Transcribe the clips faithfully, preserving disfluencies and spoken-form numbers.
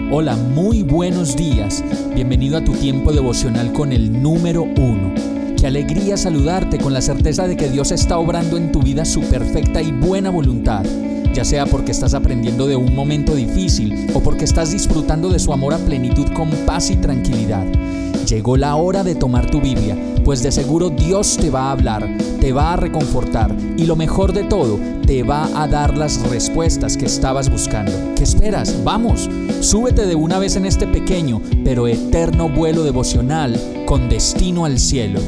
Hola, muy buenos días. Bienvenido a tu tiempo devocional con el número uno. Qué alegría saludarte con la certeza de que Dios está obrando en tu vida su perfecta y buena voluntad, ya sea porque estás aprendiendo de un momento difícil o porque estás disfrutando de su amor a plenitud con paz y tranquilidad. Llegó la hora de tomar tu Biblia, pues de seguro Dios te va a hablar, te va a reconfortar y lo mejor de todo, te va a dar las respuestas que estabas buscando. ¿Qué esperas? ¡Vamos! Súbete de una vez en este pequeño pero eterno vuelo devocional con destino al cielo.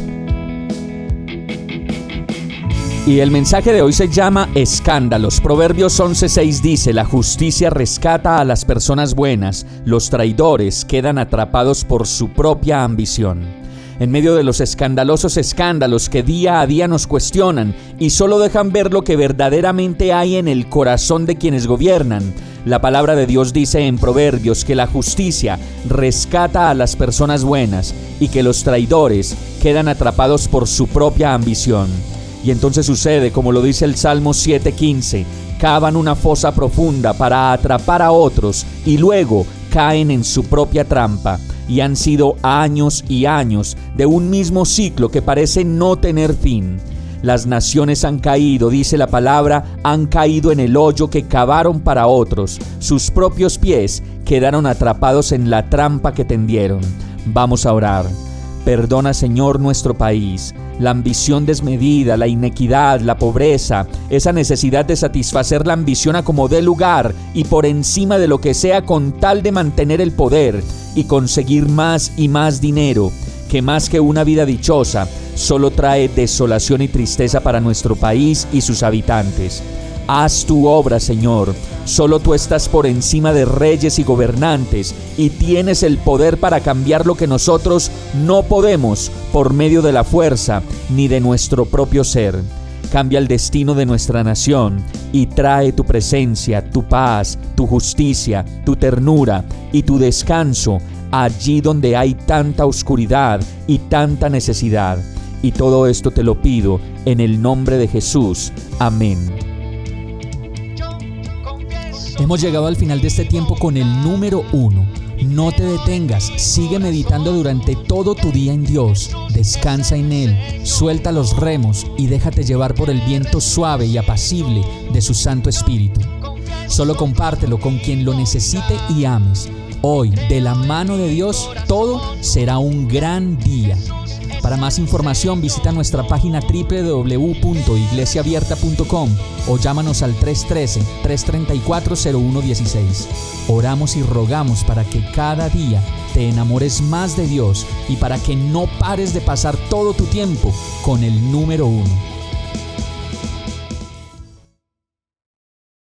Y el mensaje de hoy se llama Escándalos. Proverbios once seis dice: la justicia rescata a las personas buenas, los traidores quedan atrapados por su propia ambición. En medio de los escandalosos escándalos que día a día nos cuestionan y solo dejan ver lo que verdaderamente hay en el corazón de quienes gobiernan, la palabra de Dios dice en Proverbios que la justicia rescata a las personas buenas y que los traidores quedan atrapados por su propia ambición. Y entonces sucede, como lo dice el Salmo siete quince, cavan una fosa profunda para atrapar a otros y luego caen en su propia trampa. Y han sido años y años de un mismo ciclo que parece no tener fin. Las naciones han caído, dice la palabra, han caído en el hoyo que cavaron para otros. Sus propios pies quedaron atrapados en la trampa que tendieron. Vamos a orar. Perdona, Señor, nuestro país, la ambición desmedida, la inequidad, la pobreza, esa necesidad de satisfacer la ambición a como dé lugar y por encima de lo que sea con tal de mantener el poder y conseguir más y más dinero, que más que una vida dichosa, solo trae desolación y tristeza para nuestro país y sus habitantes. Haz tu obra, Señor. Solo tú estás por encima de reyes y gobernantes y tienes el poder para cambiar lo que nosotros no podemos por medio de la fuerza ni de nuestro propio ser. Cambia el destino de nuestra nación y trae tu presencia, tu paz, tu justicia, tu ternura y tu descanso allí donde hay tanta oscuridad y tanta necesidad. Y todo esto te lo pido en el nombre de Jesús. Amén. Hemos llegado al final de este tiempo con el número uno. No te detengas, sigue meditando durante todo tu día en Dios. Descansa en Él, suelta los remos y déjate llevar por el viento suave y apacible de su Santo Espíritu. Solo compártelo con quien lo necesite y ames. Hoy, de la mano de Dios, todo será un gran día. Para más información visita nuestra página doble u doble u doble u punto iglesia abierta punto com o llámanos al tres uno tres, tres tres cuatro, cero uno uno seis. Oramos y rogamos para que cada día te enamores más de Dios y para que no pares de pasar todo tu tiempo con el número uno.